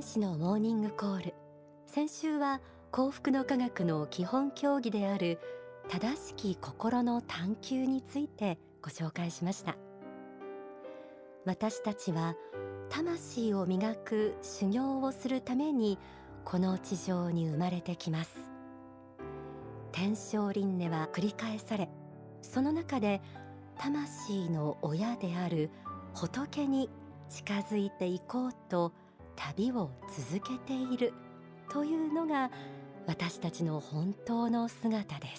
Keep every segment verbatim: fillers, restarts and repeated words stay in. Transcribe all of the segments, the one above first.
使のモーニングコール。先週は幸福の科学の基本教義である正しき心の探求についてご紹介しました。私たちは魂を磨く修行をするためにこの地上に生まれてきます。天正輪廻は繰り返され、その中で魂の親である仏に近づいていこうと旅を続けているというのが私たちの本当の姿です。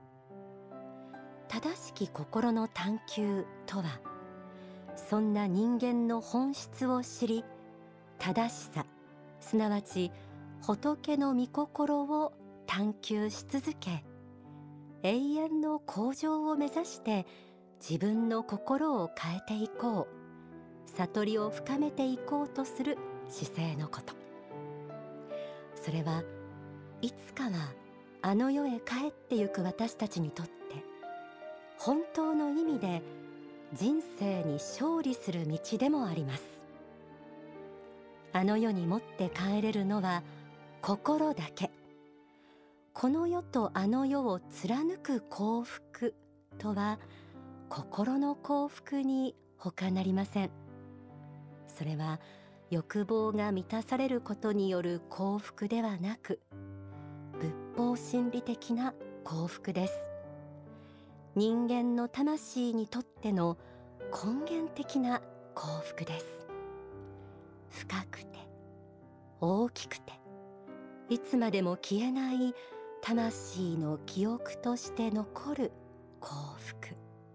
正しき心の探求とは、そんな人間の本質を知り、正しさ、すなわち仏の御心を探求し続け、永遠の向上を目指して自分の心を変えていこう、悟りを深めていこうとする姿勢のこと。それはいつかはあの世へ帰ってゆく私たちにとって本当の意味で人生に勝利する道でもあります。あの世に持って帰れるのは心だけ。この世とあの世を貫く幸福とは心の幸福に他なりません。それは欲望が満たされることによる幸福ではなく、仏法真理的な幸福です。人間の魂にとっての根源的な幸福です。深くて大きくていつまでも消えない魂の記憶として残る幸福。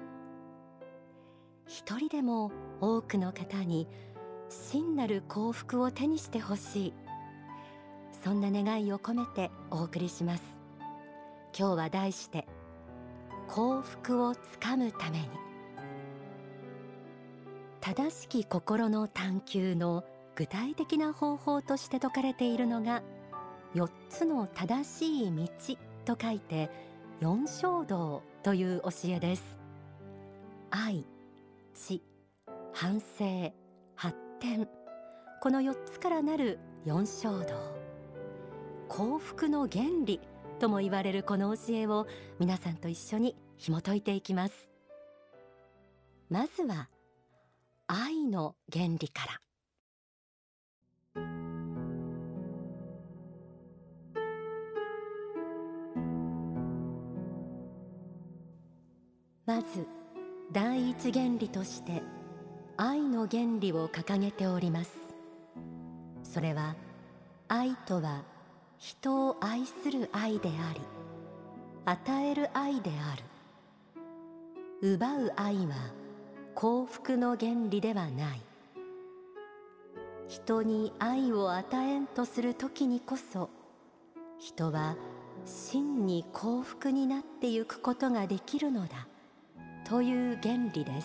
一人でも多くの方に真なる幸福を手にしてほしい、そんな願いを込めてお送りします。今日は題して幸福をつかむために。正しき心の探求の具体的な方法として説かれているのが、よっつの正しい道と書いて四正道という教えです。愛、知、反省、発展、このよっつからなる四正道。幸福の原理とも言われるこの教えを皆さんと一緒に紐解いていきます。まずは愛の原理から。まず第一原理として愛の原理を掲げております。それは愛とは人を愛する愛であり、与える愛である。奪う愛は幸福の原理ではない。人に愛を与えんとするときにこそ、人は真に幸福になってゆくことができるのだという原理です。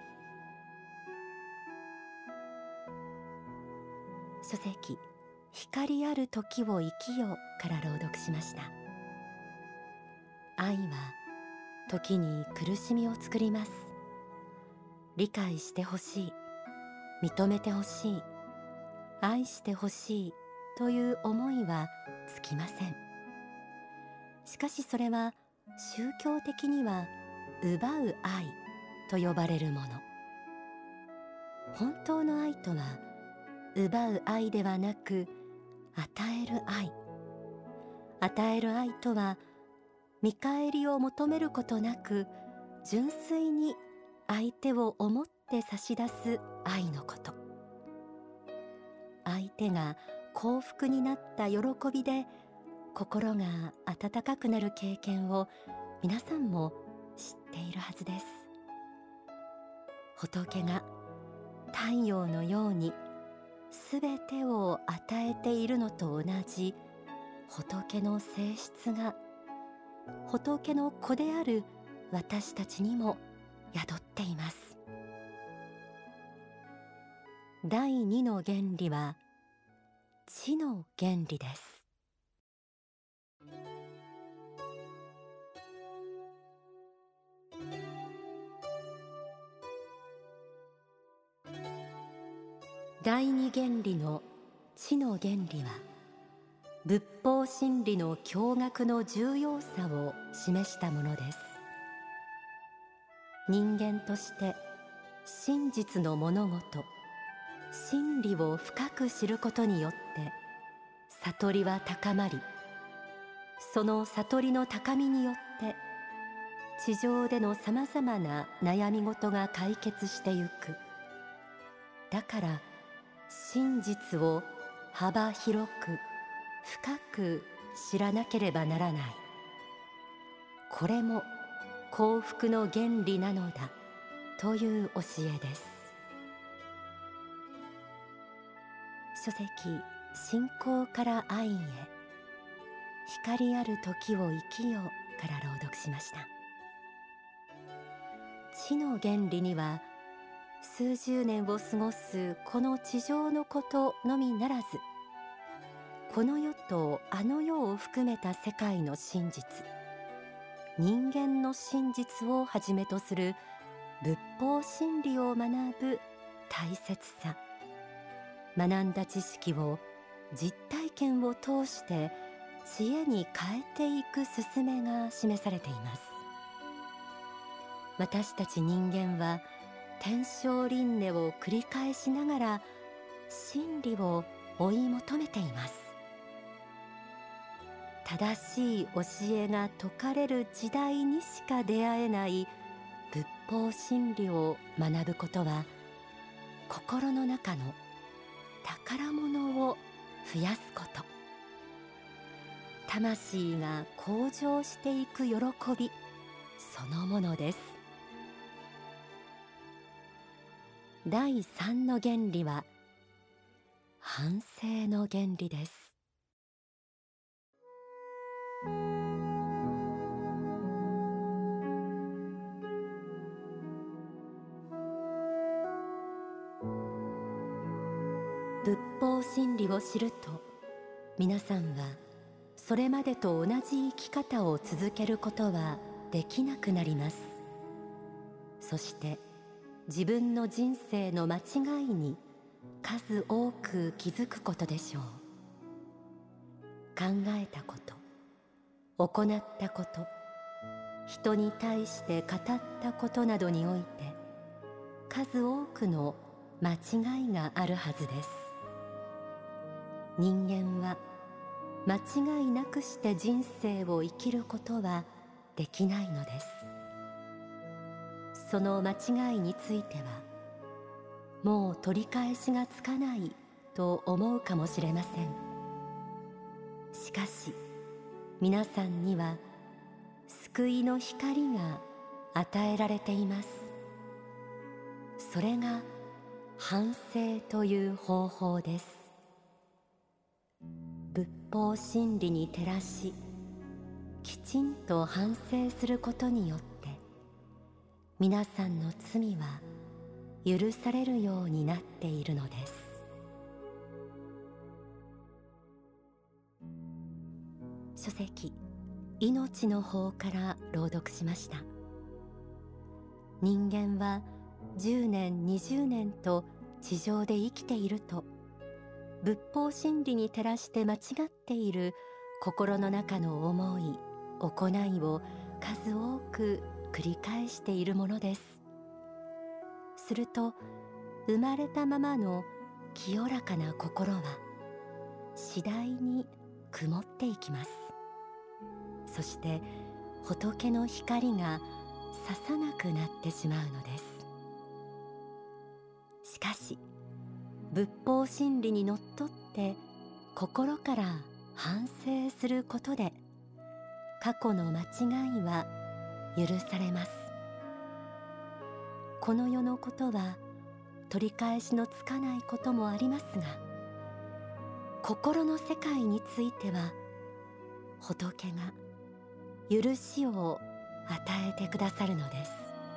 書籍光ある時を生きよから朗読しました。愛は時に苦しみを作ります。理解してほしい、認めてほしい、愛してほしいという思いはつきません。しかしそれは宗教的には奪う愛と呼ばれるもの。本当の愛とは奪う愛ではなく与える愛。与える愛とは見返りを求めることなく純粋に相手を思って差し出す愛のこと。相手が幸福になった喜びで心が温かくなる経験を皆さんも知っているはずです。仏が太陽のようにすべてを与えているのと同じ仏の性質が仏の子である私たちにも宿っています。第二の原理は知の原理です。第二原理の知の原理は仏法真理の驚愕の重要さを示したものです。人間として真実の物事、真理を深く知ることによって悟りは高まり、その悟りの高みによって地上でのさまざまな悩み事が解決してゆく。だから真実を幅広く深く知らなければならない。これも幸福の原理なのだという教えです。書籍信仰から愛へ、光ある時を生きよから朗読しました。知の原理には数十年を過ごすこの地上のことのみならず、この世とあの世を含めた世界の真実、人間の真実をはじめとする仏法真理を学ぶ大切さ、学んだ知識を実体験を通して知恵に変えていく勧めが示されています。私たち人間は天正輪廻を繰り返しながら真理を追い求めています。正しい教えが説かれる時代にしか出会えない仏法真理を学ぶことは、心の中の宝物を増やすこと、魂が向上していく喜びそのものです。第三の原理は反省の原理です。仏法真理を知ると、皆さんはそれまでと同じ生き方を続けることはできなくなります。そして自分の人生の間違いに数多く気づくことでしょう。考えたこと、行ったこと、人に対して語ったことなどにおいて数多くの間違いがあるはずです。人間は間違いなくして人生を生きることはできないのです。その間違いについてはもう取り返しがつかないと思うかもしれません。しかし皆さんには救いの光が与えられています。それが反省という方法です。仏法真理に照らし、きちんと反省することによって皆さんの罪は許されるようになっているのです。書籍命の法から朗読しました。人間はじゅうねんにじゅうねんと地上で生きていると、仏法真理に照らして間違っている心の中の思い、行いを数多く繰り返しているものです。すると生まれたままの清らかな心は次第に曇っていきます。そして仏の光が差さなくなってしまうのです。しかし仏法真理にのっとって心から反省することで過去の間違いは許されます。この世のことは取り返しのつかないこともありますが、心の世界については仏が許しを与えてくださるのです。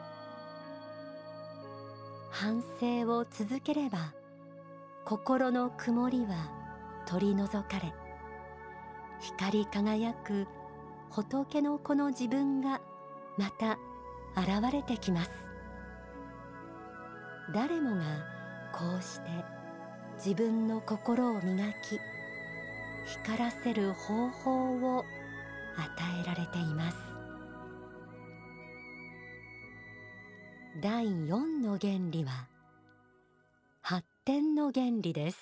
反省を続ければ心の曇りは取り除かれ、光り輝く仏の子の自分がまた現れてきます。誰もがこうして自分の心を磨き光らせる方法を与えられています。だいよんの原理は発展の原理です。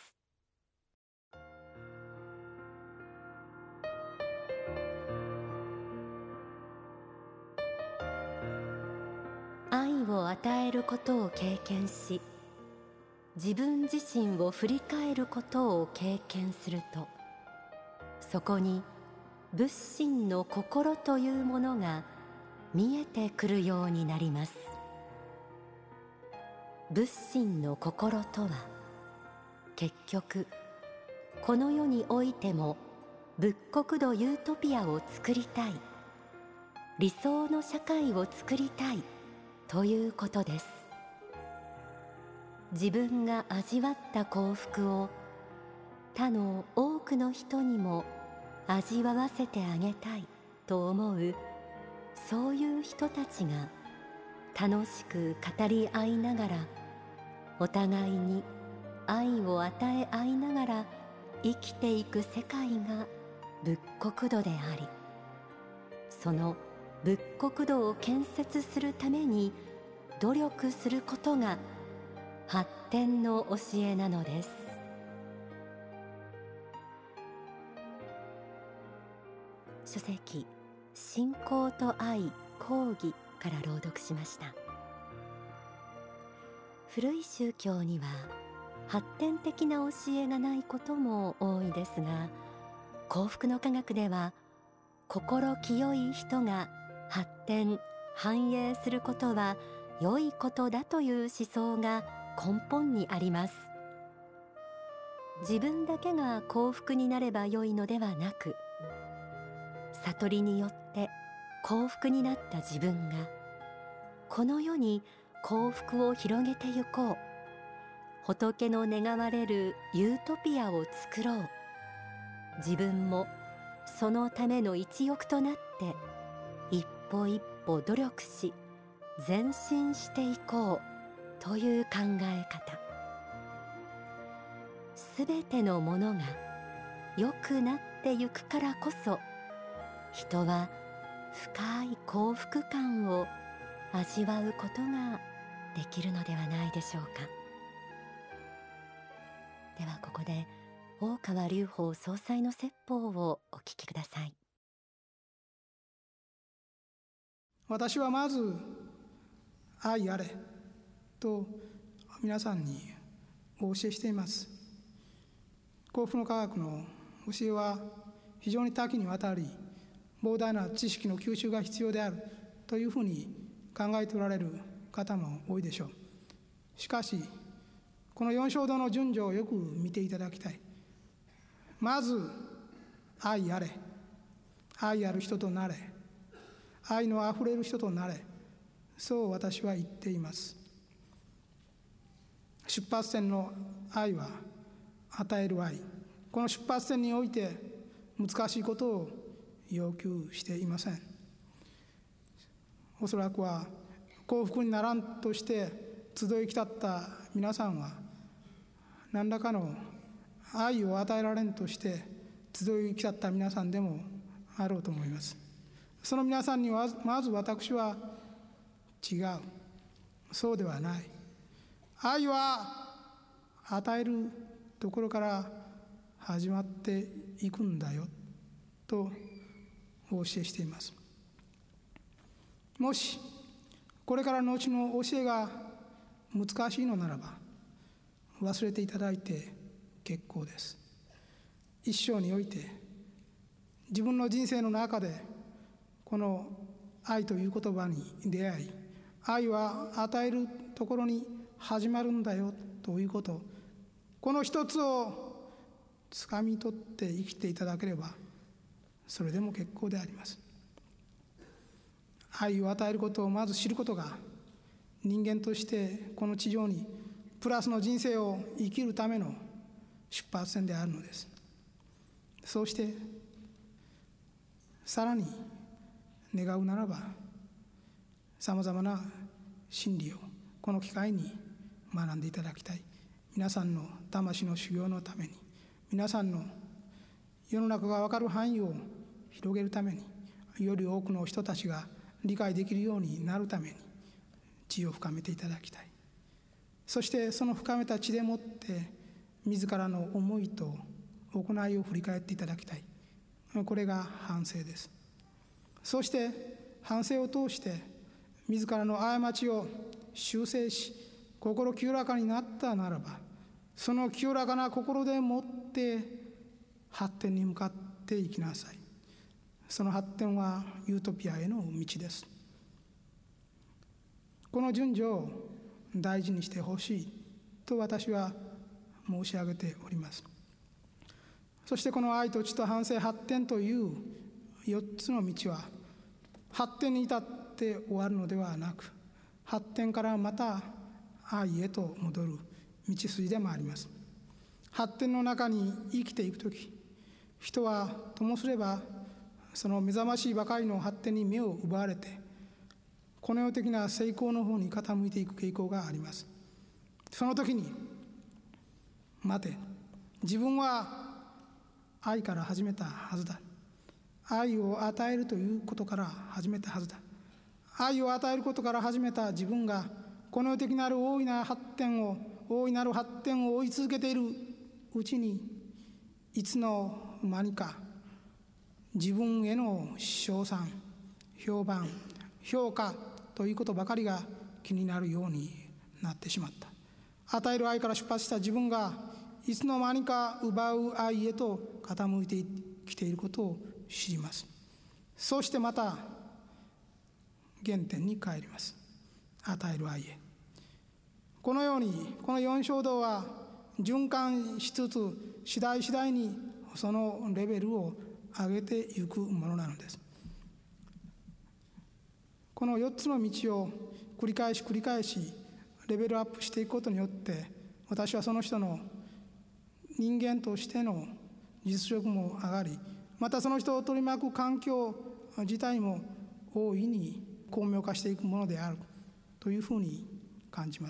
愛を与えることを経験し、自分自身を振り返ることを経験すると、そこに仏心の心というものが見えてくるようになります。仏心の心とは、結局この世においても仏国土ユートピアを作りたい、理想の社会を作りたいということです。自分が味わった幸福を他の多くの人にも味わわせてあげたいと思う、そういう人たちが楽しく語り合いながら、お互いに愛を与え合いながら生きていく世界が仏国土であり、その仏国土を建設するために努力することが発展の教えなのです。書籍「信仰と愛講義」から朗読しました。古い宗教には発展的な教えがないことも多いですが、幸福の科学では心清い人が発展繁栄することは良いことだという思想が根本にあります。自分だけが幸福になれば良いのではなく、悟りによって幸福になった自分がこの世に幸福を広げてゆこう、仏の願われるユートピアを作ろう、自分もそのための一翼となって一歩一歩努力し前進していこうという考え方。すべてのものが良くなってゆくからこそ、人は深い幸福感を味わうことができるのではないでしょうか。ではここで大川隆法総裁の説法をお聞きください。 私はまず愛あれと皆さんにお教えしています。幸福の科学の教えは非常に多岐にわたり、膨大な知識の吸収が必要であるというふうに考えておられる方も多いでしょう。しかしこの四正道の順序をよく見ていただきたい。まず愛あれ、愛ある人となれ、愛のあふれる人となれ、そう私は言っています。出発点の愛は与える愛。この出発点において難しいことを要求していません。おそらくは幸福にならんとして集い来たった皆さんは、何らかの愛を与えられんとして集い来たった皆さんでもあろうと思います。その皆さんにはまず私は違う、そうではない、愛は与えるところから始まっていくんだよとお教えしています。もしこれからの後の教えが難しいのならば忘れていただいて結構です。一生において自分の人生の中でこの愛という言葉に出会い、愛は与えるところに始まるんだよということ、この一つをつかみ取って生きていただければそれでも結構であります。愛を与えることをまず知ることが人間としてこの地上にプラスの人生を生きるための出発点であるのです。そうしてさらに願うならば、さまざまな真理をこの機会に学んでいただきたい。 皆さんの魂の修行のために、皆さんの世の中が分かる範囲を広げるために、より多くの人たちが理解できるようになるために知を深めていただきたい。そしてその深めた知でもって自らの思いと行いを振り返っていただきたい。これが反省です。そして反省を通して自らの過ちを修正し、心清らかになったならば、その清らかな心でもって発展に向かっていきなさい。その発展はユートピアへの道です。この順序を大事にしてほしいと私は申し上げております。そしてこの愛と知と反省発展というよっつの道は、発展に至って終わるのではなく、発展からまた愛へと戻る道筋でもあります。発展の中に生きていくとき、人はともすればその目覚ましいばかりの発展に目を奪われて、この世的な成功の方に傾いていく傾向があります。その時に、待て、自分は愛から始めたはずだ。愛を与えるということから始めたはずだ。愛を与えることから始めた自分が、この世的なる大いなる発展を、大いなる発展を追い続けているうちに、いつの間にか自分への称賛、評判、評価ということばかりが気になるようになってしまった。与える愛から出発した自分がいつの間にか奪う愛へと傾いてきていることを知ります。そしてまた原点に帰ります。与える愛へ。このようにこの四正道は循環しつつ、次第次第にそのレベルを上げていくものなのです。このよっつの道を繰り返し繰り返しレベルアップしていくことによって、私はその人の人間としての実力も上がり、またその人を取り巻く環境自体も大いに巧妙化していくものであるというふうに感じます。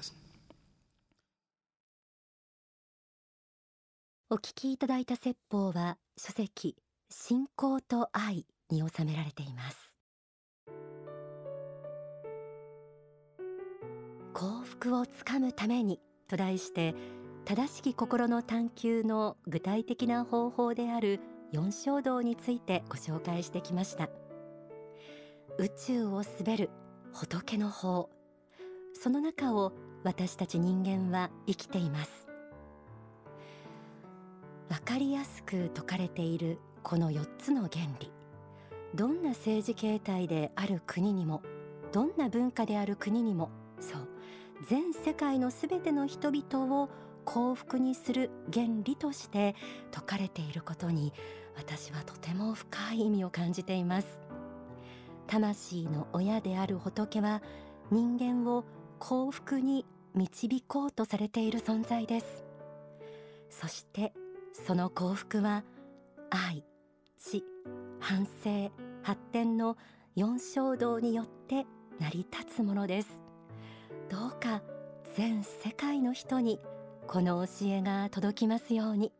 お聞きいただいた説法は書籍信仰と愛に収められています。幸福をつかむためにと題して、正しき心の探求の具体的な方法である四正道についてご紹介してきました。宇宙を滑る仏の法、その中を私たち人間は生きています。わかりやすく説かれているこのよっつの原理、どんな政治形態である国にも、どんな文化である国にも、そう全世界のすべての人々を幸福にする原理として説かれていることに、私はとても深い意味を感じています。魂の親である仏は人間を幸福に導こうとされている存在です。そしてその幸福は愛、知、反省、発展の四正道によって成り立つものです。どうか全世界の人にこの教えが届きますように。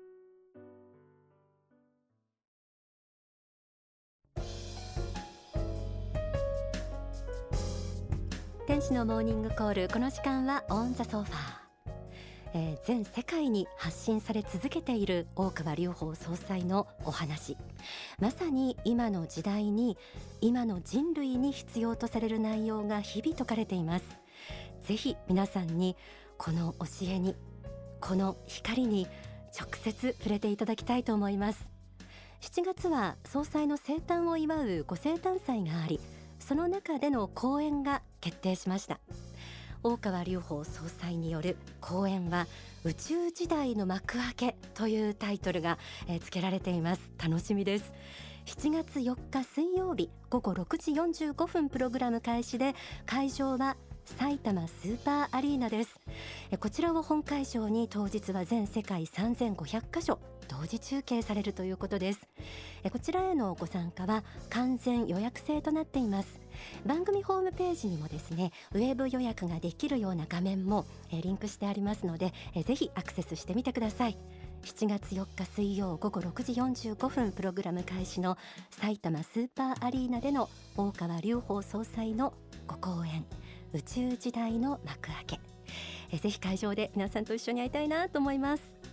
天使のモーニングコール、この時間はオンザソファー、えー、全世界に発信され続けている大川隆法総裁のお話、まさに今の時代に、今の人類に必要とされる内容が日々説かれています。ぜひ皆さんにこの教えに、この光に直接触れていただきたいと思います。しちがつは総裁の生誕を祝うご生誕祭があり、その中での講演が決定しました。大川隆法総裁による講演は宇宙時代の幕開けというタイトルが、えー、付けられています。楽しみです。しちがつよっか水曜日ごごろくじよんじゅうごふんプログラム開始で、会場は埼玉スーパーアリーナです。こちらを本会場に当日は全世界さんぜんごひゃくかしょ同時中継されるということです。こちらへのご参加は完全予約制となっています。番組ホームページにもですね、ウェブ予約ができるような画面もリンクしてありますので、ぜひアクセスしてみてください。しちがつよっか水曜午後ろくじよんじゅうごふんプログラム開始の埼玉スーパーアリーナでの大川隆法総裁のご講演、宇宙時代の幕開け、ぜひ会場で皆さんと一緒に会いたいなと思います。